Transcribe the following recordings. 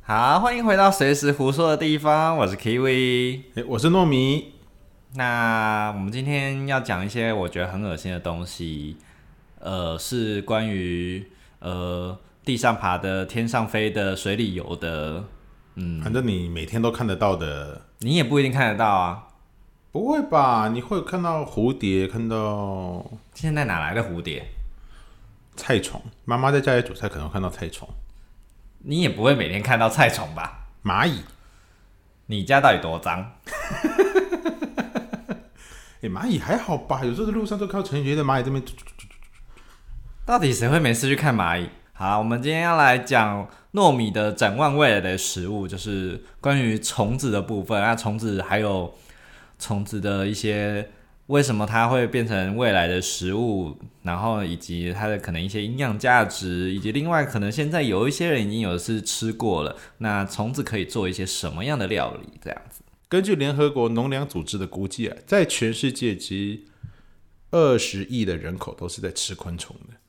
好，欢迎回到随时胡说的地方，我是 Kiwi， 我是糯米。 那我们今天要讲一些我觉得很恶心的东西，是关于地上爬的、天上飞的、水里游的， 反正你每天都看得到的。 你也不一定看得到啊。 不会吧？你会看到蝴蝶，看到现在哪来的蝴蝶？ 菜虫。妈妈在家里煮菜，可能会看到菜虫。 你也不会每天看到菜虫吧？ 蚂蚁。 你家到底多脏？ 蚂蚁还好吧？有时候在路上都看到成群的蚂蚁这边。 到底谁会没事去看蚂蚁？好，我们今天要来讲糯米的展望未来的食物，就是关于虫子的部分。那虫子还有虫子的一些为什么它会变成未来的食物，然后以及它的可能一些营养价值，以及另外可能现在有一些人已经有是吃过了，那虫子可以做一些什么样的料理这样子。 根据联合国农粮组织的估计在全世界其实20亿的人口都是在吃昆虫的。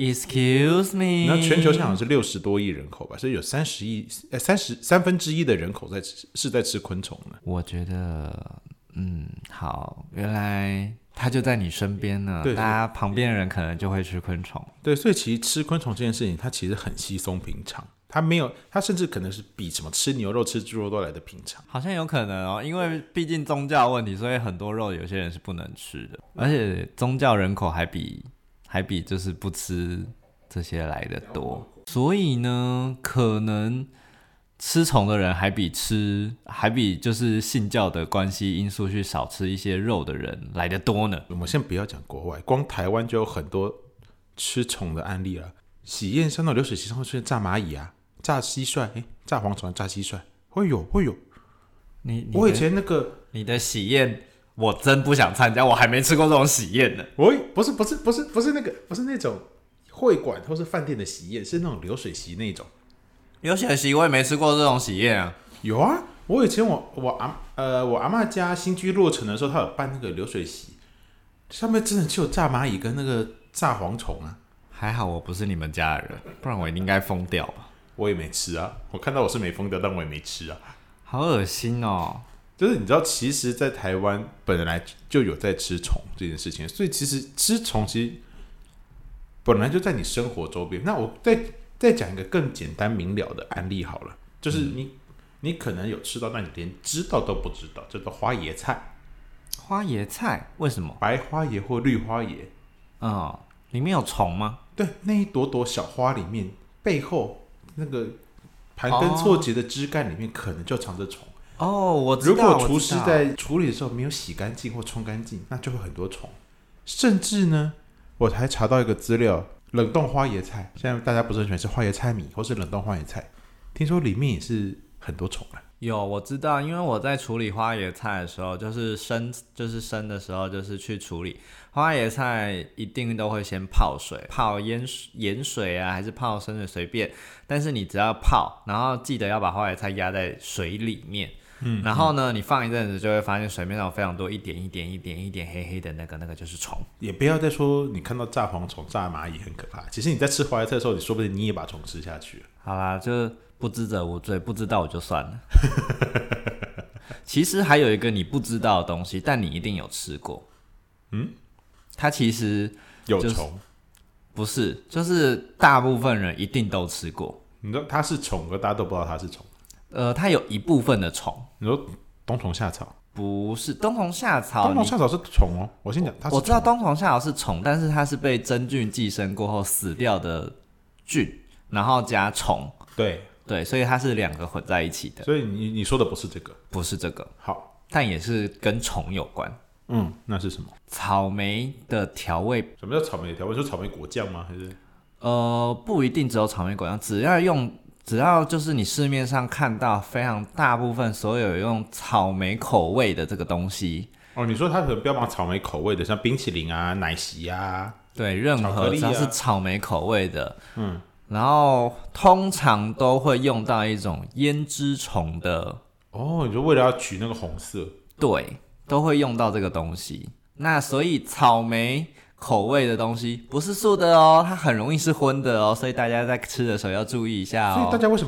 Excuse me， 那全球好像是60多亿人口吧，所以有三分之一的人口是在吃昆虫的。 我觉得好，原来它就在你身边呢。 对， 大家旁边的人可能就会吃昆虫。 对，所以其实吃昆虫这件事情，它其实很稀松平常。它甚至可能是比什么吃牛肉、吃猪肉都来的平常。 好像有可能哦，因为毕竟宗教问题，所以很多肉有些人是不能吃的，而且宗教人口还比就是不吃这些来的多，所以呢，可能吃虫的人还比就是信教的关系因素去少吃一些肉的人来的多呢。 我们先不要讲国外，光台湾就有很多吃虫的案例了。喜宴像那种流水席上会出现炸蚂蚁啊、炸蟋蟀、炸蝗虫、炸蟋蟀，会有。我以前你的喜宴，我真不想参加，我还没吃过这种喜宴呢。 不是那种会馆或是饭店的喜宴，是那种流水席那种。 流水席我也没吃过这种喜宴啊。 有啊，我以前我阿嬷家新居落成的时候，他有办那个流水席，上面真的就有炸蚂蚁跟那个炸蝗虫啊。 还好我不是你们家的人，不然我应该疯掉吧。 我也没吃啊，我看到我是没疯掉，但我也没吃啊。 好恶心哦！ 就是你知道，其实，在台湾本来就有在吃虫这件事情，所以其实吃虫其实本来就在你生活周边。那我再讲一个更简单明了的案例好了，就是你可能有吃到，但你连知道都不知道，叫做花椰菜。 花椰菜为什么？ 白花椰或绿花椰， 里面有虫吗？ 对，那一朵朵小花里面，背后那个盘根错节的枝干里面，可能就藏着虫。 我知道。 如果厨师在处理的时候没有洗干净或冲干净，那就会很多虫。甚至呢，我还查到一个资料，冷冻花椰菜，现在大家不是很喜欢吃花椰菜米或是冷冻花椰菜，听说里面也是很多虫啊。 有，我知道，因为我在处理花椰菜的时候，就是生的时候，就是去处理花椰菜，一定都会先泡水，泡盐水啊，还是泡生水随便。但是你只要泡，然后记得要把花椰菜压在水里面。然后呢，你放一阵子就会发现水面上有非常多一点黑黑的那个就是虫。 也不要再说你看到炸蝗虫、炸蚂蚁很可怕，其实你在吃花椰菜的时候，你说不定你也把虫吃下去了。 好啦，就不知者无罪，不知道我就算了。其实还有一个你不知道的东西，但你一定有吃过。它其实有虫， 不是，就是大部分人一定都吃过。 你说它是虫，可大家都不知道它是虫。 它有一部分的虫。 你说冬虫夏草？ 不是，冬虫夏草。 冬虫夏草是虫哦。我先讲，它是虫。 我知道冬虫夏草是虫，但是它是被真菌寄生过后死掉的菌，然后加虫。对，所以它是两个混在一起的。 所以你说的不是这个？不是这个。 好， 但也是跟虫有关。 那是什么？ 草莓的调味。 什么叫草莓的调味？是草莓果酱吗？还是？ 不一定只有草莓果酱，只要就是你市面上看到非常大部分所有用草莓口味的这个东西。 你说它可能标榜草莓口味的，像冰淇淋啊、奶昔啊， 对，任何只要是草莓口味的，然后通常都会用到一种胭脂虫的。 你说为了要取那个红色？ 对，都会用到这个东西。那所以草莓口味的东西不是素的哦，它很容易是荤的哦，所以大家在吃的时候要注意一下哦。 所以大家为什么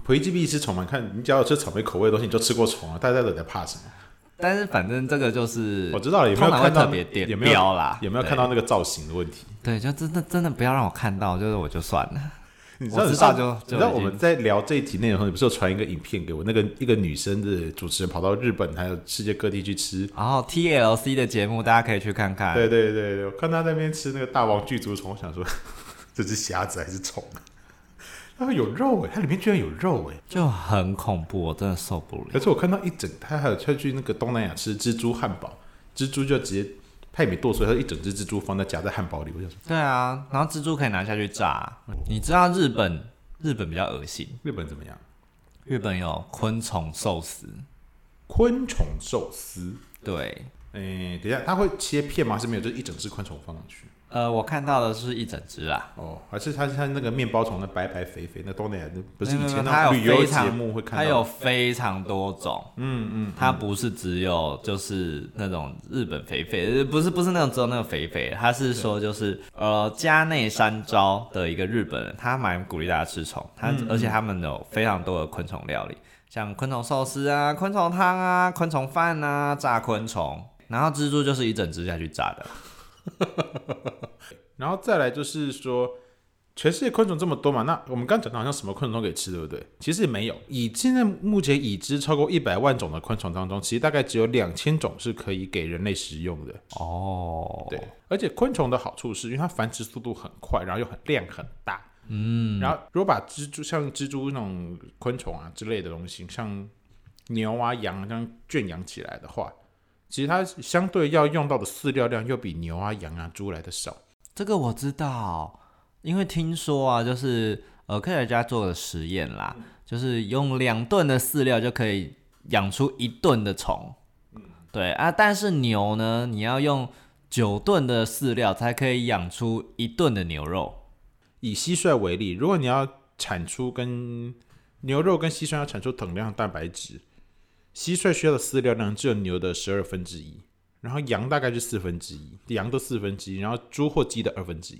回击必吃虫嘛，看你只要有吃草莓口味的东西，你就吃过虫了，大家都在怕什么？ 但是反正这个就是我知道了，有没有看到特别点标啦？ 有没有看到那个造型的问题？ 对，就真的不要让我看到，就是我就算了。 你知道我们在聊这一集内容的时候，你不是有传一个影片给我？一个女生的主持人跑到日本还有世界各地去吃， 然后 TLC 的节目大家可以去看看。 对，我看她在那边吃那个大王巨足虫，我想说这只虾子还是虫啊？它有肉它里面居然有肉就很恐怖，我真的受不了。 可是我看到他还有去那个东南亚吃蜘蛛汉堡，蜘蛛就直接他也没剁碎，他一整只蜘蛛放在夹在汉堡里。我想说， 对啊，然后蜘蛛可以拿下去炸。你知道日本比较恶心？ 日本怎么样？ 日本有昆虫寿司。 昆虫寿司？ 对。 等一下，他会切片吗？还是没有？就一整只昆虫放上去？ 我看到的是一整只啦。 还是它那个面包虫，那白白肥肥，那东南亚不是以前那种旅游节目会看到？ 它有非常多种。它不是只有就是那种日本肥肥，不是那种只有那个肥肥，它是说就是加内山昭的一个日本人，他蛮鼓励大家吃虫，而且他们有非常多的昆虫料理，像昆虫寿司啊、昆虫汤啊、昆虫饭啊、炸昆虫，然后蜘蛛就是一整只下去炸的。 然后再来就是说，全世界昆虫这么多嘛，那我们刚讲到好像什么昆虫都可以吃，对不对？其实也没有，现在目前已知超过100万种的昆虫当中，其实大概只有2000种是可以给人类食用的。对，而且昆虫的好处是因为它繁殖速度很快，然后又量很大。然后如果把像蜘蛛那种昆虫啊之类的东西，像牛啊羊这样圈养起来的话，其实它相对要用到的饲料量又比牛啊羊啊猪来的少。 这个我知道，因为听说啊，就是科学家做的实验啦，就是用2吨的饲料就可以养出1吨的虫。对啊，但是牛呢，你要用9吨的饲料才可以养出1吨的牛肉。 以蟋蟀为例，如果你要产出跟牛肉跟蟋蟀要产出等量的蛋白质，蟋蟀需要的饲料量只有牛的1/12。然后羊大概是1/4，羊的1/4，然后猪或鸡的1/2。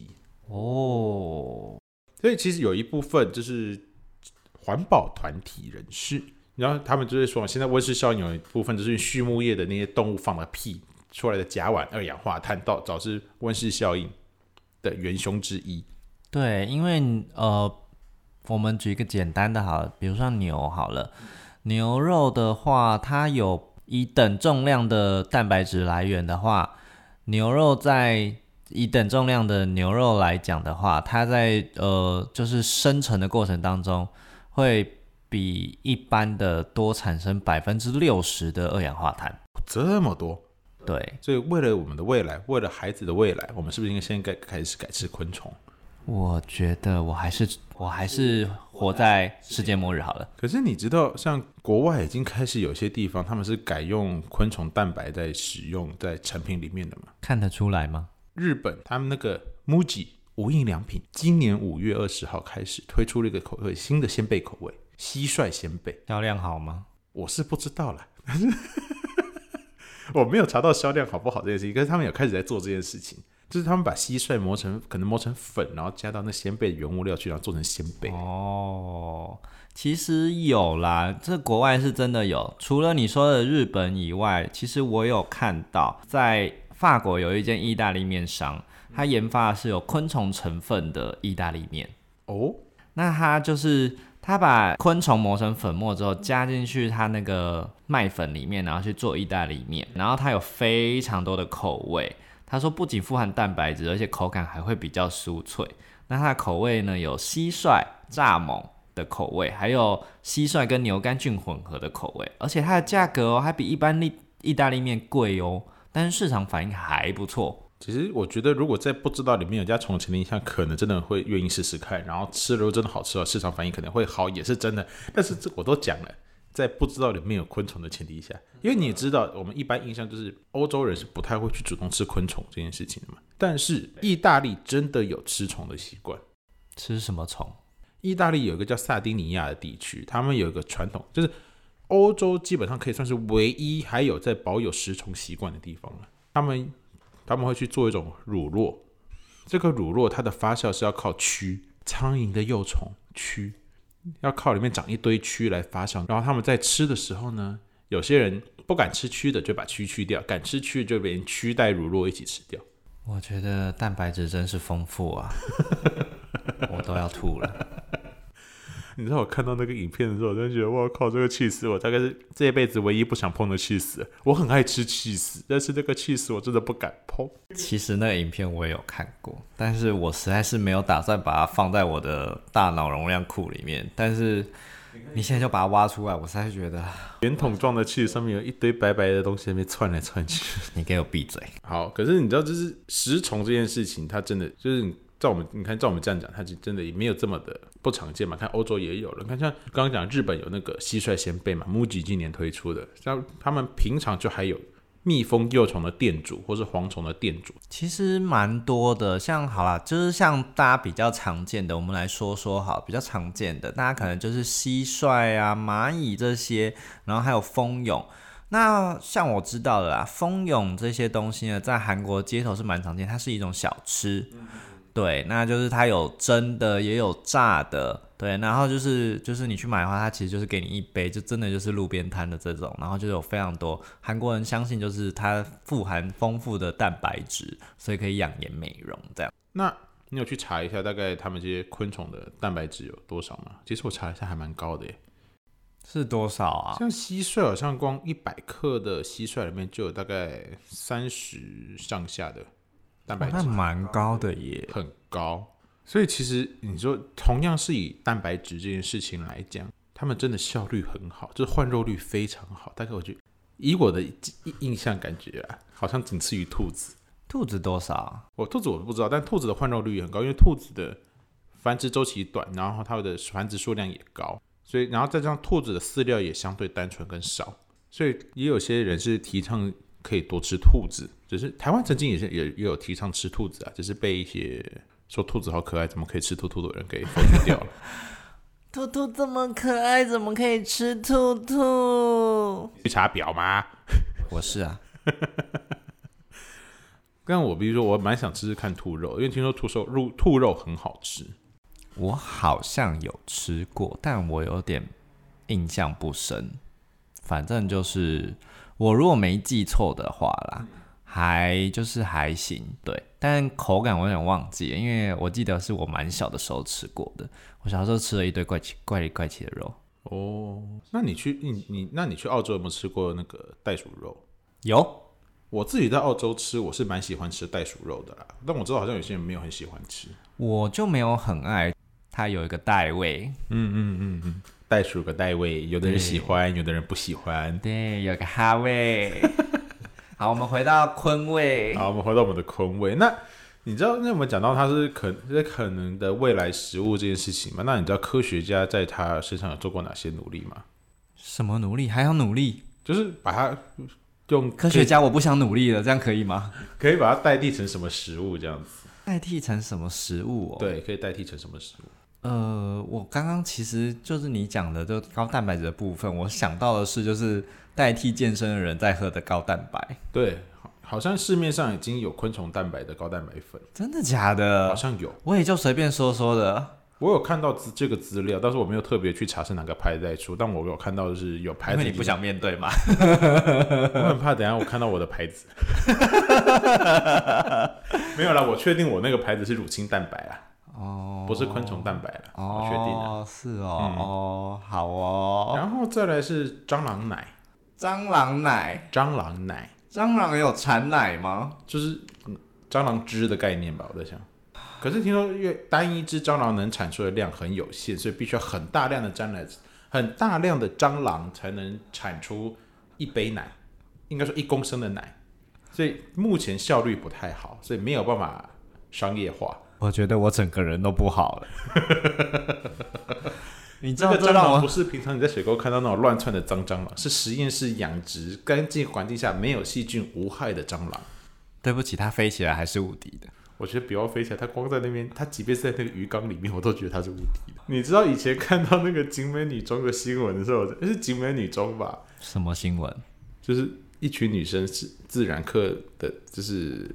所以其实有一部分就是环保团体人士，然后他们就会说，现在温室效应有一部分就是畜牧业的那些动物放的屁出来的甲烷、二氧化碳，导致温室效应的元凶之一。 对，因为我们举一个简单的好了，比如说牛好了，牛肉的话，它有以等重量的蛋白质来源的话，牛肉在以等重量的牛肉来讲的话，它在就是生成的过程当中，会比一般的多产生60%的二氧化碳。 这么多？ 对。 所以为了我们的未来，为了孩子的未来，我们是不是应该先开始改吃昆虫？ 我觉得我还是活在世界末日好了。 可是你知道，像国外已经开始有些地方，他们是改用昆虫蛋白在使用在产品里面的吗？ 看得出来吗？ 日本他们那个 MUJI 无印良品，今年5月20号开始推出了一个口味，新的鲜贝口味，蟋蟀鲜贝。 销量好吗？ 我是不知道啦，我没有查到销量好不好这件事情，可是他们有开始在做这件事情。就是他们把蟋蟀可能磨成粉，然后加到那鲜贝的原物料去，然后做成鲜贝。 其实有啦，这国外是真的有。除了你说的日本以外，其实我有看到在法国有一间意大利面商，他研发的是有昆虫成分的意大利面。那他把昆虫磨成粉末之后，加进去他那个麦粉里面，然后去做意大利面，然后它有非常多的口味。他说不仅富含蛋白质，而且口感还会比较酥脆。那它的口味呢，有蟋蟀、蚱蜢的口味，还有蟋蟀跟牛肝菌混合的口味，而且它的价格还比一般意大利面贵哦，但是市场反应还不错。 其实我觉得，如果在不知道里面有加虫的前提下，可能真的会愿意试试看，然后吃了如果真的好吃了，市场反应可能会好，也是真的。但是这我都讲了，在不知道里面有昆虫的前提下，因为你也知道，我们一般印象就是欧洲人是不太会去主动吃昆虫这件事情的嘛。但是意大利真的有吃虫的习惯。 吃什么虫？ 意大利有一个叫萨丁尼亚的地区，他们有一个传统，就是欧洲基本上可以算是唯一还有在保有食虫习惯的地方了。他们会去做一种乳酪，这个乳酪它的发酵是要靠蛆，苍蝇的幼虫蛆， 要靠里面长一堆蛆来发酵，然后他们在吃的时候呢，有些人不敢吃蛆的就把蛆去掉，敢吃蛆的就连蛆带乳酪一起吃掉。 我觉得蛋白质真是丰富啊，我都要吐了。 你知道我看到那个影片的时候，我真的觉得哇靠，这个气死我，大概是这一辈子唯一不想碰的气死。我很爱吃气死，但是那个气死我真的不敢碰。 其实那个影片我也有看过，但是我实在是没有打算把它放在我的大脑容量库里面。但是你现在就把它挖出来，我实在是觉得圆筒状的气上面有一堆白白的东西在那边窜来窜去。 你给我闭嘴。 好，可是你知道，就是食虫这件事情，它真的就是照我们这样讲，它真的也没有这么的不常见嘛。看欧洲也有了，看像刚刚讲日本有那个蟋蟀仙贝嘛，MUJI 今年推出的，像他们平常就还有蜜蜂幼虫的店主或是蝗虫的店主， 其实蛮多的，像好啦，就是像大家比较常见的，我们来说说好，比较常见的，大家可能就是蟋蟀啊、蚂蚁这些，然后还有蜂蛹。那像我知道的啦，蜂蛹这些东西呢，在韩国街头是蛮常见，它是一种小吃。对，那就是它有蒸的，也有炸的，对，然后就是你去买的话，它其实就是给你一杯，就真的就是路边摊的这种，然后就有非常多韩国人相信就是它富含丰富的蛋白质，所以可以养颜美容这样。 那你有去查一下大概他们这些昆虫的蛋白质有多少吗？其实我查一下还蛮高的耶。 是多少啊？ 像蟋蟀好像光100克的蟋蟀里面就有大概30上下的蛋白质， 那蛮高的耶， 很高。所以其实你说同样是以蛋白质这件事情来讲，他们真的效率很好，就是换肉率非常好。大概我觉得以我的印象感觉啊，好像仅次于兔子。 兔子多少啊？ 兔子我不知道，但兔子的换肉率也很高，因为兔子的繁殖周期短，然后它的繁殖数量也高，所以然后再加上兔子的饲料也相对单纯跟少，所以也有些人是提倡可以多吃兔子。只是台湾曾经也有提倡吃兔子啊，只是被一些说兔子好可爱，怎么可以吃兔兔的人给否决掉了。 兔兔这么可爱，怎么可以吃兔兔？ 去查表吗？ 我是啊。 但我比如说，我蛮想吃吃看兔肉，因为听说兔肉很好吃。 我好像有吃过，但我有点印象不深。反正就是我如果没记错的话啦，还行，对。但口感我有点忘记了，因为我记得是我蛮小的时候吃过的。我小时候吃了一堆怪奇的肉。 哦，那你去澳洲有没有吃过那个袋鼠肉？ 有。 我自己在澳洲吃，我是蛮喜欢吃袋鼠肉的啦，但我知道好像有些人没有很喜欢吃， 我就没有很爱，它有一个带味。 袋鼠有个带味，有的人喜欢，有的人不喜欢。 对，有个哈味。好，我们回到鲲味。 好，我们回到我们的鲲味。那你知道，那我们讲到它是可能的未来食物这件事情吗？那你知道科学家在它身上有做过哪些努力吗？ 什么努力？还要努力？ 就是把它科学家，我不想努力了，这样可以吗？ 可以把它代替成什么食物这样子？ 代替成什么食物哦？ 对，可以代替成什么食物？ 我刚刚其实就是你讲的就高蛋白质的部分，我想到的是就是代替健身的人在喝的高蛋白。 对，好像市面上已经有昆虫蛋白的高蛋白粉。 真的假的？ 好像有， 我也就随便说说的。 我有看到这个资料，但是我没有特别去查是哪个牌子在出，但我有看到的是有牌子。 因为你不想面对嘛？ 我很怕等一下我看到我的牌子。没有啦，我确定我那个牌子是乳清蛋白啦。哦，不是昆虫蛋白啦。我确定啦。 是哦。好哦。 然后再来是蟑螂奶。 蟑螂有产奶吗？ 就是蟑螂汁的概念吧，我在想。可是听说单一只蟑螂能产出的量很有限，所以必须要很大量的蟑螂才能产出一杯奶，应该说1公升的奶，所以目前效率不太好，所以没有办法商业化。 我觉得我整个人都不好了。你知道这个蟑螂不是平常你在水沟看到那种乱窜的脏蟑螂，是实验室养殖干净环境下没有细菌无害的蟑螂。 对不起，它飞起来还是无敌的。 我觉得不要飞起来，它光在那边，它即便是在那个鱼缸里面，我都觉得它是无敌的。你知道以前看到那个景美女中的新闻的时候，是景美女中吧？ 什么新闻？ 就是一群女生是自然课的，就是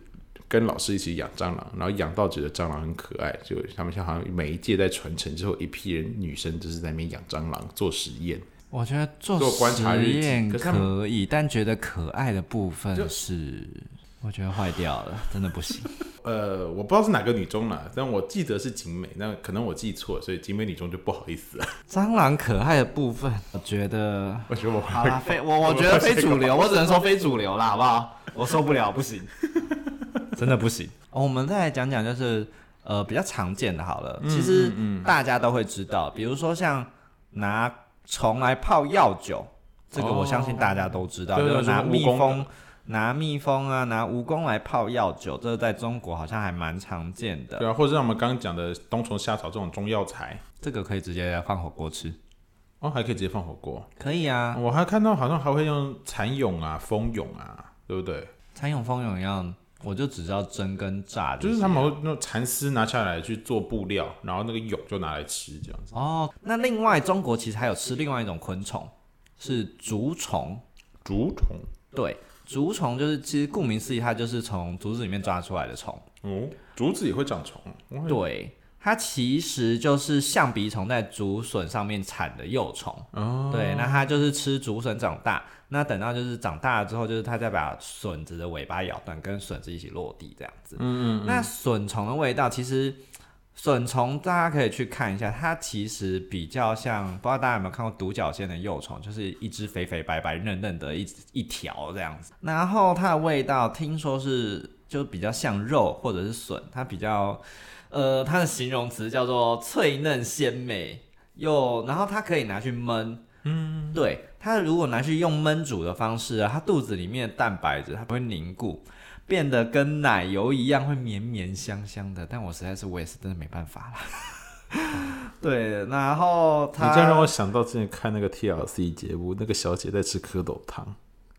跟老师一起养蟑螂，然后养到觉得蟑螂很可爱，就他们好像每一届在传承之后，一批人女生就是在那边养蟑螂做实验。 我觉得做观察日记实验可可以，但觉得可爱的部分是，我觉得坏掉了，真的不行。 我不知道是哪个女中啦，但我记得是景美，那可能我记错了，所以景美女中就不好意思了。 蟑螂可爱的部分，我觉得好啦，我觉得非主流，我只能说非主流啦，好不好？我受不了，不行，真的不行。我们再来讲讲，就是比较常见的好了，其实大家都会知道，比如说像拿虫来泡药酒，这个我相信大家都知道，就是拿蜜蜂啊，拿蜈蚣来泡药酒，这个在中国好像还蛮常见的。 对啊，或者像我们刚刚讲的冬虫夏草这种中药材， 这个可以直接放火锅吃。 还可以直接放火锅。 可以啊， 我还看到好像还会用蚕蛹啊、蜂蛹啊，对不对？ 蚕蛹、蜂蛹一样，我就只知道蒸跟炸， 就是他们会用蚕丝拿下来去做布料，然后那个蛹就拿来吃这样子。 那另外中国其实还有吃另外一种昆虫，是竹虫。 竹虫？ 对。竹虫就是，其实顾名思义，它就是从竹子里面抓出来的虫。 竹子也会长虫？ 对，它其实就是象鼻虫在竹笋上面产的幼虫。对，那它就是吃竹笋长大，那等到就是长大了之后，就是它再把笋子的尾巴咬断，跟笋子一起落地这样子。那笋虫的味道其实。笋虫大家可以去看一下，它其实比较像，不知道大家有没有看过独角仙的幼虫，就是一只肥肥白白嫩嫩的一条这样子。然后它的味道听说是就比较像肉或者是笋，它比较它的形容词叫做脆嫩鲜美，然后它可以拿去焖。对，它如果拿去用焖煮的方式啊，它肚子里面的蛋白质它不会凝固。变得跟奶油一样会绵绵香香的，但我也是真的没办法啦。对，然后你这样让我想到之前看那个 TLC 节目，那个小姐在吃蝌蚪汤。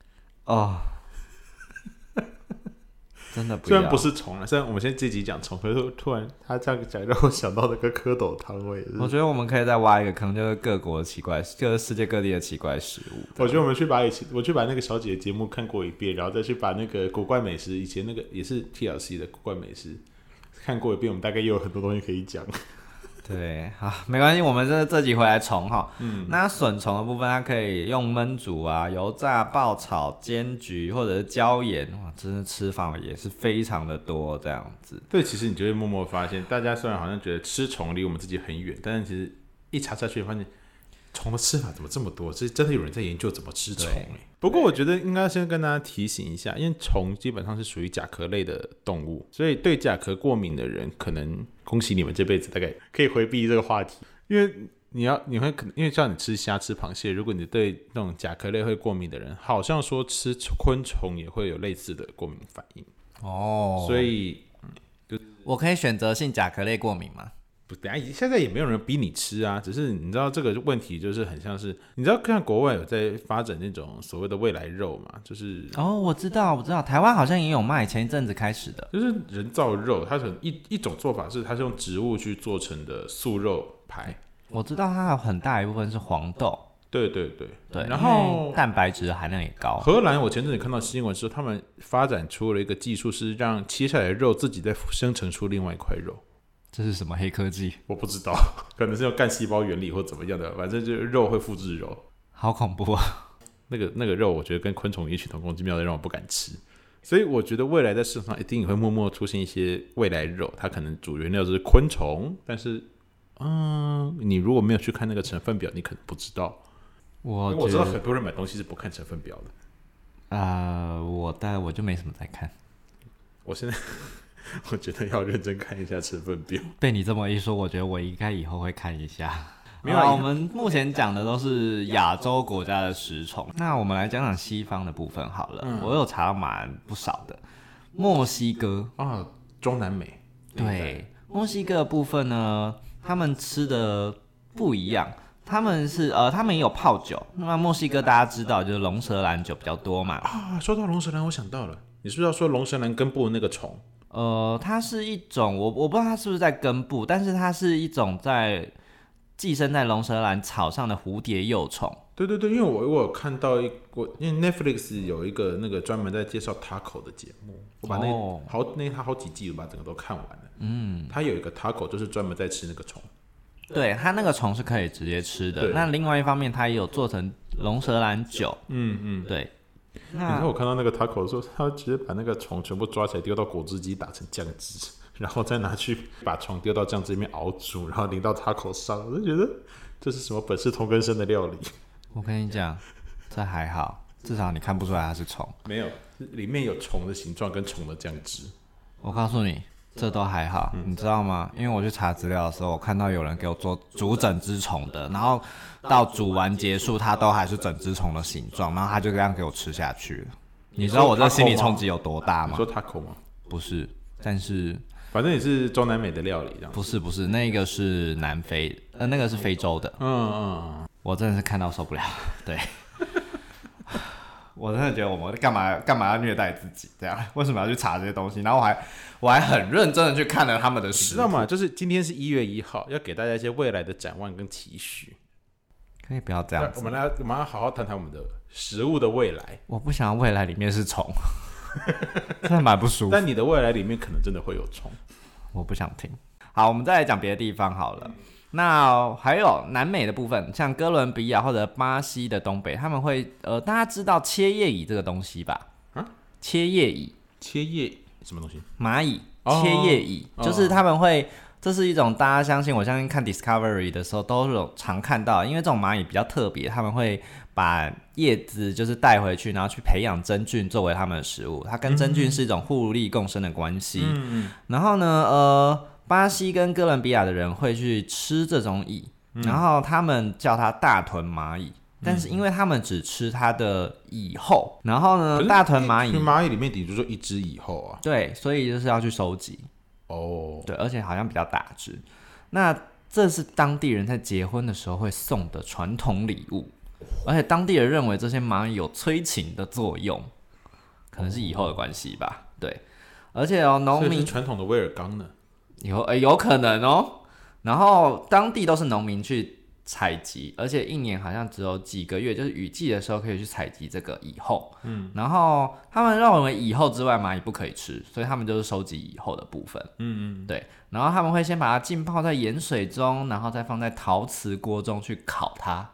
真的不要。 虽然不是虫了，虽然我们现在这集讲虫，可是突然他这样讲让我想到那个蝌蚪汤味。 我觉得我们可以再挖一个坑，就是各国的奇怪，就是世界各地的奇怪食物。 我觉得我去把那个小姐的节目看过一遍，然后再去把那个古怪美食，以前那个也是 TLC 的古怪美食看过一遍，我们大概又有很多东西可以讲。 对，好，没关系，我们这集回来虫哈。那笋虫的部分，它可以用焖煮啊、油炸、爆炒、煎焗或者是椒盐，哇，真的吃法也是非常的多这样子。 对，其实你就会默默发现，大家虽然好像觉得吃虫离我们自己很远，但是其实一查下去发现，虫的吃法怎么这么多？这真的有人在研究怎么吃虫。不过我觉得应该先跟大家提醒一下，因为虫基本上是属于甲壳类的动物，所以对甲壳过敏的人，可能恭喜你们这辈子大概可以回避这个话题，因为你会因为像你吃虾、吃螃蟹，如果你对那种甲壳类会过敏的人，好像说吃昆虫也会有类似的过敏反应。所以我可以选择性甲壳类过敏吗？ 现在也没有人逼你吃啊，只是你知道这个问题就是很像是，你知道像国外有在发展那种所谓的未来肉嘛，就是我知道，台湾好像也有卖，前一阵子开始的， 就是人造肉，它是一种做法是它是用植物去做成的素肉排， 我知道它有很大一部分是黄豆。 对， 然后蛋白质含量也高。 荷兰我前阵子看到新闻说，他们发展出了一个技术，是让切下来的肉自己再生成出另外一块肉。 这是什么黑科技？ 我不知道，可能是用干细胞原理或怎么样的，反正就是肉会复制肉， 好恐怖啊！ 那个肉，我觉得跟昆虫异曲同工之妙的，让我不敢吃。所以我觉得未来在市场上一定也会默默出现一些未来肉，它可能主原料是昆虫，但是你如果没有去看那个成分表，你可能不知道。我知道很多人买东西是不看成分表的。 我就没什么在看。 我现在我觉得要认真看一下成分表。 被你这么一说，我觉得我应该以后会看一下。 没有， 我们目前讲的都是亚洲国家的食虫，那我们来讲讲西方的部分好了。我有查到蛮不少的，墨西哥中南美。 对，墨西哥的部分呢，他们吃的不一样。他们也有泡酒。那么墨西哥大家知道，就是龙舌兰酒比较多嘛。 说到龙舌兰，我想到了，你是不是要说龙舌兰根部的那个虫？ 它是一种我不知道它是不是在根部，但是它是一种寄生在龙舌兰草上的蝴蝶幼虫。 对对对，因为我有看到因为 Netflix 有一个那个专门在介绍 taco 的节目，我把它好几季我把整个都看完了。它有一个 taco 就是专门在吃那个虫。 对，它那个虫是可以直接吃的。那另外一方面，它也有做成龙舌兰酒。对。 你看我看到那个 taco 的时候，他直接把那个虫全部抓起来丢到果汁机打成酱汁，然后再拿去把虫丢到酱汁里面熬煮，然后淋到 taco 上。我就觉得这是什么本是同根生的料理？ 我跟你讲，这还好，至少你看不出来它是虫。 没有，里面有虫的形状跟虫的酱汁。 我告诉你，这都还好，你知道吗？因为我去查资料的时候，我看到有人给我做煮整只虫的，然后到煮完结束，它都还是整只虫的形状，然后他就这样给我吃下去了。你知道我这心理冲击有多大吗？ 你说 taco 吗？ 不是，但是反正也是中南美的料理这样。 不是，那个是南非，那个是非洲的。我真的是看到受不了，对。我真的觉得我们干嘛要虐待自己这样？为什么要去查这些东西？然后我还很认真的去看了他们的食谱。 知道吗？就是今天是1月1号，要给大家一些未来的展望跟期许。 可以不要这样子。 我们要好好谈谈我们的食物的未来。 我不想要未来里面是虫，真的蛮不舒服。 但你的未来里面可能真的会有虫， 我不想听。好，我们再来讲别的地方好了。那还有南美的部分，像哥伦比亚或者巴西的东北，他们会大家知道切叶蚁这个东西吧？切叶蚁什么东西？ 蚂蚁，切叶蚁，就是他们会。这是一种大家相信看 Discovery 的时候都有常看到，因为这种蚂蚁比较特别，他们会把叶子就是带回去，然后去培养真菌作为他们的食物。它跟真菌是一种互利共生的关系。然后呢，巴西跟哥伦比亚的人会去吃这种蚁，然后他们叫它大臀蚂蚁。但是因为他们只吃它的蚁后，然后呢，大臀蚂蚁里面顶多就一只蚁后啊。 对，所以就是要去收集。对，而且好像比较大只。那这是当地人在结婚的时候会送的传统礼物，而且当地人认为这些蚂蚁有催情的作用，可能是以后的关系吧。对，而且农民传统的威尔刚呢， 有可能哦。然后当地都是农民去采集，而且一年好像只有几个月，就是雨季的时候可以去采集这个蚁后。然后他们认为蚁后之外蚂蚁不可以吃，所以他们就是收集蚁后的部分。对。然后他们会先把它浸泡在盐水中，然后再放在陶瓷锅中去烤它。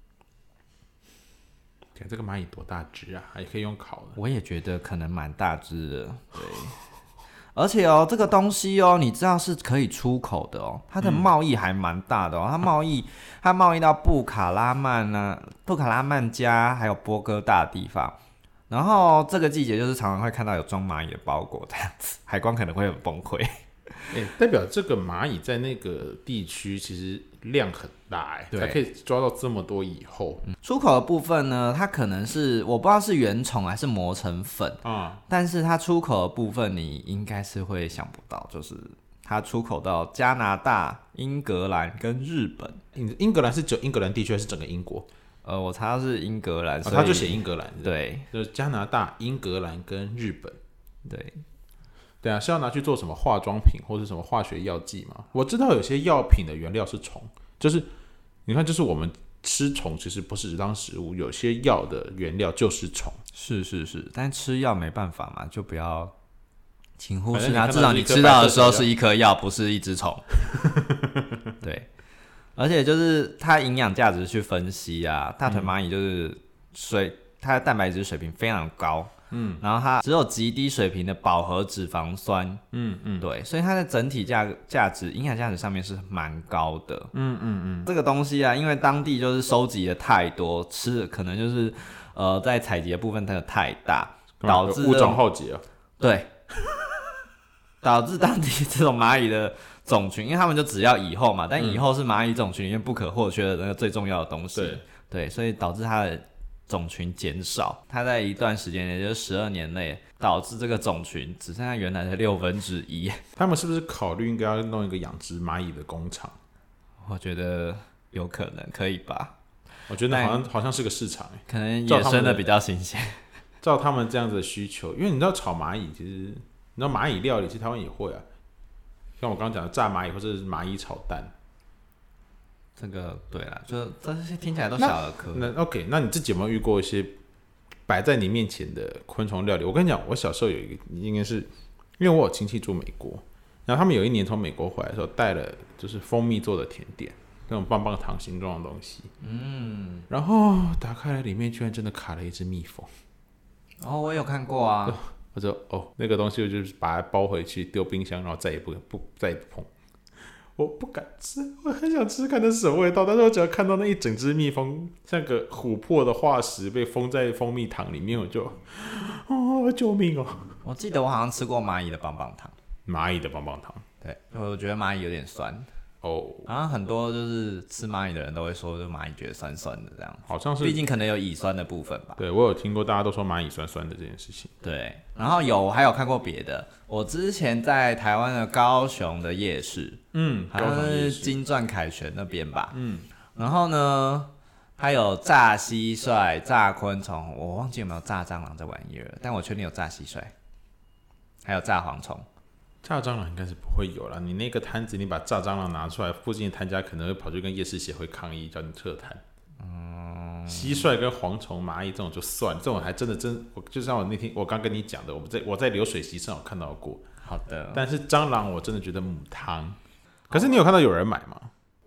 这个蚂蚁多大只啊？还可以用烤的？ 我也觉得可能蛮大只的。对。而且这个东西你知道是可以出口的它的贸易还蛮大的它贸易到布卡拉曼加还有波哥大的地方，然后这个季节就是常常会看到有装蚂蚁的包裹这样子，海关可能会很崩溃。 代表这个蚂蚁在那个地区其实量很大才可以抓到这么多蚁后。 出口的部分呢，它可能是我不知道是原虫还是磨成粉但是它出口的部分你应该是会想不到，就是它出口到加拿大、英格兰跟日本。 英格兰是只有英格兰地区还是整个英国？ 我查的是英格兰， 他就写英格兰。 对， 就是加拿大、英格兰跟日本。 对啊，是要拿去做什么化妆品或是什么化学药剂吗？我知道有些药品的原料是虫，就是你看，就是我们吃虫其实不是只当食物，有些药的原料就是虫。 是，但吃药没办法嘛，就不要请忽视它，至少你吃到的时候是一颗药，不是一只虫。对，而且就是它营养价值去分析啊，大腿蚂蚁就是它的蛋白质水平非常高。然后它只有极低水平的饱和脂肪酸，对，所以它的整体营养价值上面是蛮高的，这个东西啊，因为当地就是收集的太多，吃的可能就是在采集的部分它的太大，导致物种浩劫对，导致当地这种蚂蚁的种群，因为他们就只要蚁后嘛，但蚁后是蚂蚁种群里面不可或缺的那个最重要的东西，对，所以导致它的种群减少，它在一段时间内，也就是12年内，导致这个种群只剩下原来的1/6。 他们是不是考虑应该要弄一个养殖蚂蚁的工厂？ 我觉得有可能，可以吧？ 我觉得好像是个市场可能野生的比较新鲜。 照他们这样子的需求，因为你知道炒蚂蚁，其实你知道蚂蚁料理，其实台湾也会啊，像我刚刚讲的炸蚂蚁或者是蚂蚁炒蛋。 这个对啦，就这些听起来都小儿科。 那 OK， 那你自己有没有遇过一些摆在你面前的昆虫料理？我跟你讲，我小时候有一个，应该是因为我有亲戚住美国，然后他们有一年从美国回来的时候带了就是蜂蜜做的甜点，那种棒棒糖形状的东西。然后打开来，里面居然真的卡了一只蜜蜂。 哦，我有看过啊。 我说那个东西我就是把它包回去丢冰箱，然后再也不碰。我不敢吃，我很想吃看那是什么味道，但是我只要看到那一整只蜜蜂像个琥珀的化石被封在蜂蜜糖里面，我就救命哦！ 我记得我好像吃过蚂蚁的棒棒糖。 蚂蚁的棒棒糖， 对，我觉得蚂蚁有点酸。好像很多就是吃蚂蚁的人都会说，就蚂蚁觉得酸酸的这样。 好像是， 毕竟可能有乙酸的部分吧。 对，我有听过大家都说蚂蚁酸酸的这件事情。 对，然后我还有看过别的。我之前在台湾的高雄的夜市，好像是金钻凯旋那边吧。然后呢，还有炸蟋蟀、炸昆虫，我忘记有没有炸蟑螂这玩意儿，但我确定有炸蟋蟀，还有炸蝗虫。 炸蟑螂应该是不会有啦，你那个摊子，你把炸蟑螂拿出来，附近的摊家可能会跑去跟夜市协会抗议，叫你撤摊。蟋蟀跟蝗虫、蚂蚁这种就算，这种还真的就像我那天我刚跟你讲的，我在流水席上有看到过。 好的， 但是蟑螂我真的觉得母汤。可是你有看到有人买吗？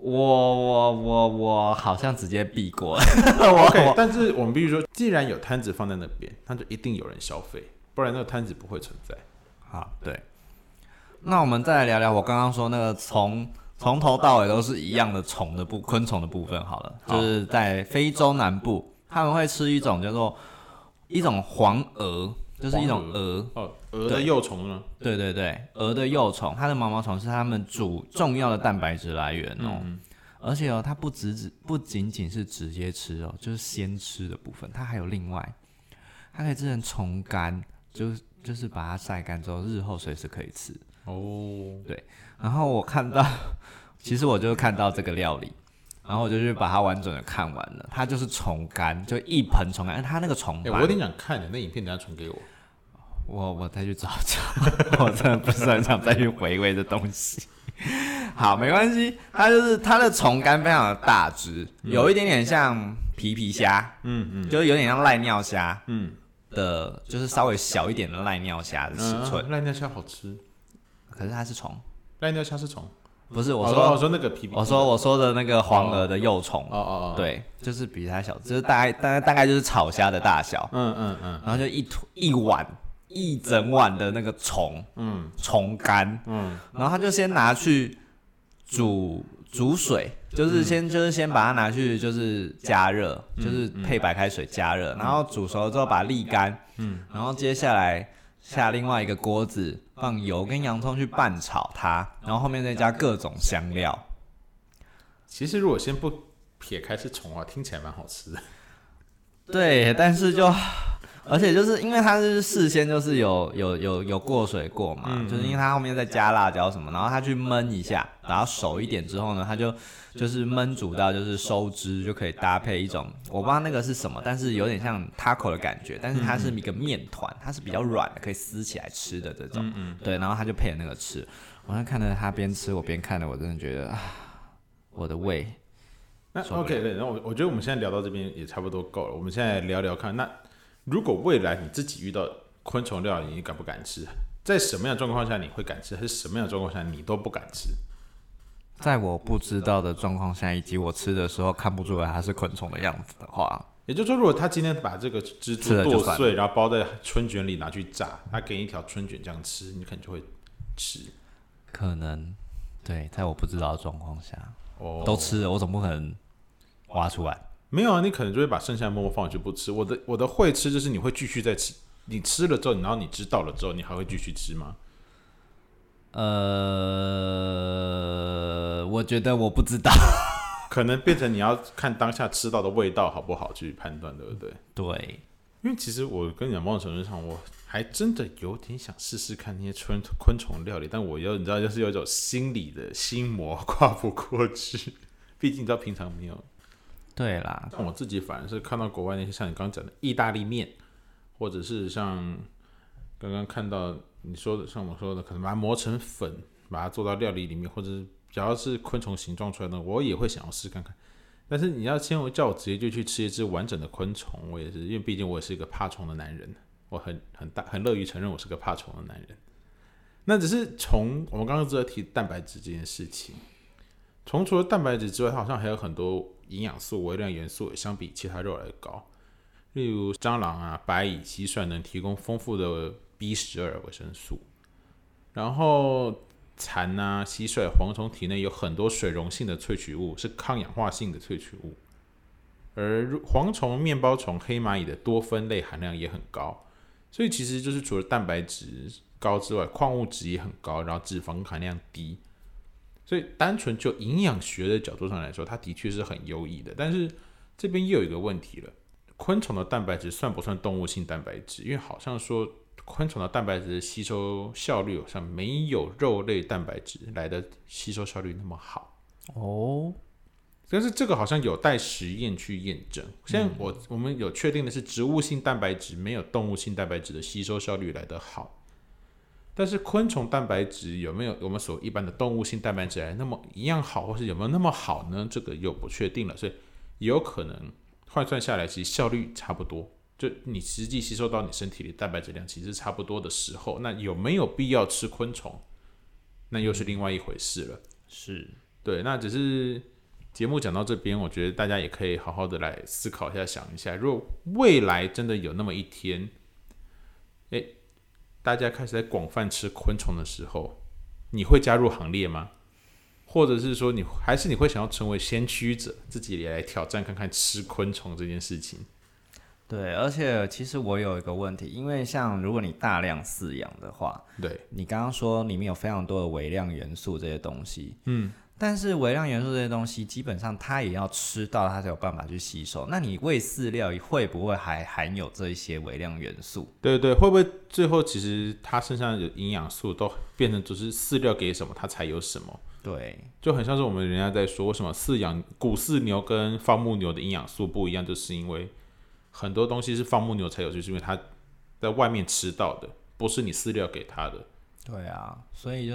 我好像直接避过了。 OK， 但是我们必须说，既然有摊子放在那边，那就一定有人消费，不然那个摊子不会存在。 好，对。那我们再来聊聊我刚刚说那个从头到尾都是一样的昆虫的部分好了。就是在非洲南部，他们会吃一种叫做一种黄蛾，就是一种蛾。 蛾的幼虫呢？ 对对对，蛾的幼虫，它的毛毛虫是它们重要的蛋白质来源哦。而且它不仅仅是直接吃哦，就是鲜吃的部分，它还有另外，它可以制成虫干，就是把它晒干之后，日后随时可以吃。对。然后我看到，其实我就看到这个料理，然后我就去把它完整的看完了。它就是虫干，就一盆虫干，它那个虫干， 我有点想看的，那影片等一下传给我。 我再去找找，我真的不是很想再去回味这东西。好，没关系，它的虫干非常的大只，有一点点像皮虾，就是有点像赖尿虾，的，就是稍微小一点的赖尿虾的尺寸。 赖尿虾好吃， 可是它是虫。 赖尿虾是虫， 不是我说那个皮， 我说的那个黄蛾的幼虫。对，就是比它小，就是大概就是草虾的大小。然后就一整碗的那个虫干，然后他就先拿去煮水，就是先把它拿去就是加热，就是配白开水加热，然后煮熟了之后把它沥干，然后接下来下另外一个锅子放油跟洋葱去拌炒它，然后后面再加各种香料。 其实如果先不撇开是虫的话，听起来蛮好吃的。 对，但是而且就是因为它是事先就是有过水过嘛，就是因为它后面再加辣椒什么，然后它去焖一下，然后熟一点之后呢，它就是焖煮到就是收汁，就可以搭配一种我不知道那个是什么，但是有点像 taco 的感觉，但是它是一个面团，它是比较软的，可以撕起来吃的这种。对，然后它就配了那个吃，我在看着它边吃我边看的，我真的觉得我的胃。 那 OK， 对，然后我觉得我们现在聊到这边也差不多够了，我们现在聊聊看那。如果未来你自己遇到昆虫料理，你敢不敢吃？在什么样的状况下你会敢吃，还是什么样的状况下你都不敢吃？ 在我不知道的状况下，以及我吃的时候看不出来它是昆虫的样子的话， 也就是说，如果他今天把这个蜘蛛剁碎，然后包在春卷里拿去炸，他给你一条春卷这样吃，你可能就会吃。 可能对，在我不知道的状况下，都吃了，我总不可能挖出来。 没有啊，你可能就会把剩下的默默放回去不吃。我的会吃就是你会继续再吃，你吃了之后，然后你知道了之后，你还会继续吃吗？ 我觉得我不知道， 可能变成你要看当下吃到的味道好不好去判断，对不对？ 对， 因为其实我跟你讲，某种程度上，我还真的有点想试试看那些昆虫料理，但你知道，就是有一种心理的心魔跨不过去，毕竟你知道平常没有。 对啦， 我自己反而是看到国外那些像你刚刚讲的意大利面，或者是像刚刚看到你说的，像我说的，可能把它磨成粉，把它做到料理里面，或者是比只要是昆虫形状出来的，我也会想要试看看。但是你要叫我直接就去吃一只完整的昆虫，我也是，因为毕竟我也是一个怕虫的男人，我很乐于承认我是个怕虫的男人。那只是从我们刚刚在提蛋白质这件事情，虫除了蛋白质之外，它好像还有很多营养素、微量元素也相比其他肉来的高。例如蟑螂啊、白蚁、蟋蟀能提供丰富的 B12 维生素，然后蚕啊、蟋蟀、蝗虫体内有很多水溶性的萃取物，是抗氧化性的萃取物。而蝗虫、面包虫、黑蚂蚁的多酚类含量也很高，所以其实就是除了蛋白质高之外，矿物质也很高，然后脂肪含量低。所以单纯就营养学的角度上来说，它的确是很优异的。但是这边又有一个问题了，昆虫的蛋白质算不算动物性蛋白质？因为好像说昆虫的蛋白质的吸收效率好像没有肉类蛋白质来的吸收效率那么好哦。 但是这个好像有待实验去验证。现在我们有确定的是，植物性蛋白质没有动物性蛋白质的吸收效率来得好，但是昆虫蛋白质有没有我们所一般的动物性蛋白质来那么一样好，或是有没有那么好呢？这个又不确定了，所以也有可能换算下来，其实效率差不多。就你实际吸收到你身体里蛋白质量其实差不多的时候，那有没有必要吃昆虫？那又是另外一回事了。 是， 对，那只是节目讲到这边，我觉得大家也可以好好的来思考一下，想一下，如果未来真的有那么一天，大家开始在广泛吃昆虫的时候，你会加入行列吗？或者是说还是你会想要成为先驱者，自己也来挑战看看吃昆虫这件事情？ 对，而且其实我有一个问题，因为像如果你大量饲养的话， 对， 你刚刚说里面有非常多的微量元素这些东西，但是微量元素这些东西基本上它也要吃到，它才有办法去吸收。那你喂饲料会不会还含有这一些微量元素？ 对对，会不会最后其实它身上的营养素都变成就是饲料给什么它才有什么？ 对， 就很像是我们人家在说为什么谷饲牛跟放牧牛的营养素不一样，就是因为很多东西是放牧牛才有，就是因为它在外面吃到的，不是你饲料给它的。 对啊，所以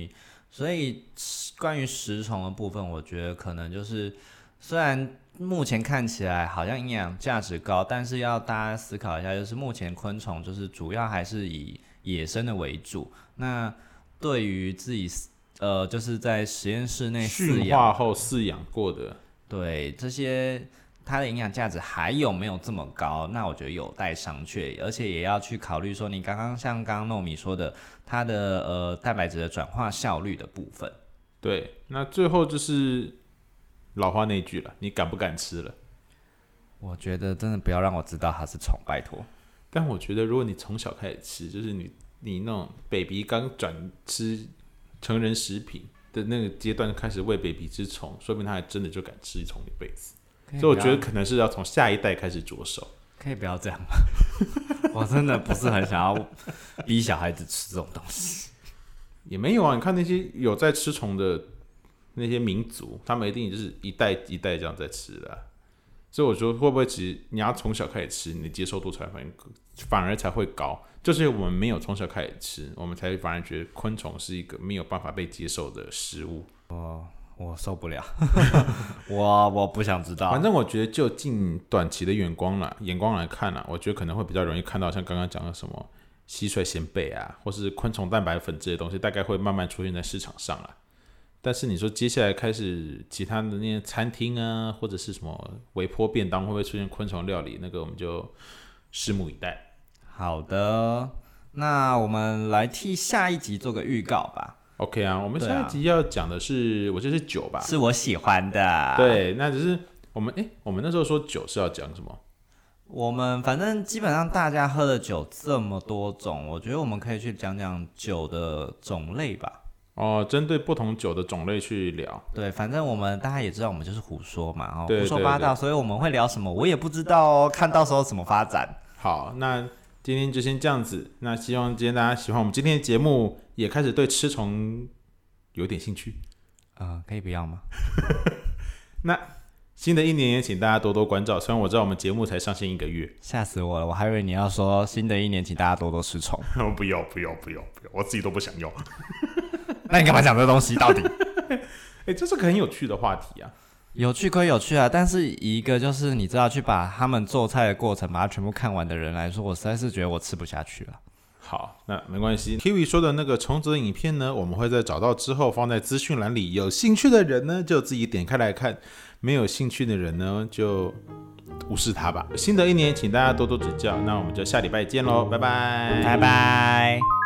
关于食虫的部分，我觉得可能就是虽然目前看起来好像营养价值高，但是要大家思考一下，就是目前昆虫就是主要还是以野生的为主。那对于自己就是在实验室内驯化后饲养过的， 对这些它的营养价值还有没有这么高？那我觉得有待商榷，而且也要去考虑说，你像刚刚糯米说的，它的蛋白质的转化效率的部分。 对，那最后就是老话那句了，你敢不敢吃了？ 我觉得真的不要让我知道它是虫，拜托。 但我觉得如果你从小开始吃，就是你那种 baby 刚转吃成人食品的那个阶段开始喂 baby 吃虫，说明他还真的就敢吃虫一辈子。所以我觉得可能是要从下一代开始着手。 可以不要这样吗？我真的不是很想要逼小孩子吃这种东西。 也没有啊，你看那些有在吃虫的那些民族，他们一定就是一代一代这样在吃的所以我说会不会其实你要从小开始吃，你的接受度反而才会高。就是我们没有从小开始吃，我们才反而觉得昆虫是一个没有办法被接受的食物。 我受不了，我不想知道。 反正我觉得就近短期的眼光来看我觉得可能会比较容易看到像刚刚讲的什么蟋蟀鲜贝或是昆虫蛋白粉这些东西，大概会慢慢出现在市场上啦。但是你说接下来开始其他的那些餐厅或者是什么微波便当会不会出现昆虫料理，那个我们就拭目以待。 好的，那我们来替下一集做个预告吧。 OK 我们下一集要讲的是，我记得是酒吧， 是我喜欢的。 对，那只是我们那时候说酒是要讲什么？ 我们反正基本上大家喝的酒这么多种，我觉得我们可以去讲讲酒的种类吧。 针对不同酒的种类去聊。 对，反正大家也知道，我们就是胡说嘛， 胡说八道，所以我们会聊什么，我也不知道看到时候怎么发展。 好，那今天就先这样子。那希望今天大家喜欢我们今天的节目，也开始对吃虫有点兴趣。 可以不要吗？ 那新的一年也请大家多多关照。虽然我知道我们节目才上线1个月， 吓死我了！我还以为你要说新的一年请大家多多吃虫。 不要，我自己都不想要。 那你干嘛讲这东西？到底？ 这是个很有趣的话题啊。 有趣归有趣啊，但是以一个就是你知道去把他们做菜的过程把它全部看完的人来说，我实在是觉得我吃不下去了。 好，那没关系。Kiwi 说的那个虫子的影片呢，我们会在找到之后放在资讯栏里，有兴趣的人呢就自己点开来看，没有兴趣的人呢就无视它吧。新的一年，请大家多多指教。那我们就下礼拜见喽，拜拜， 拜拜。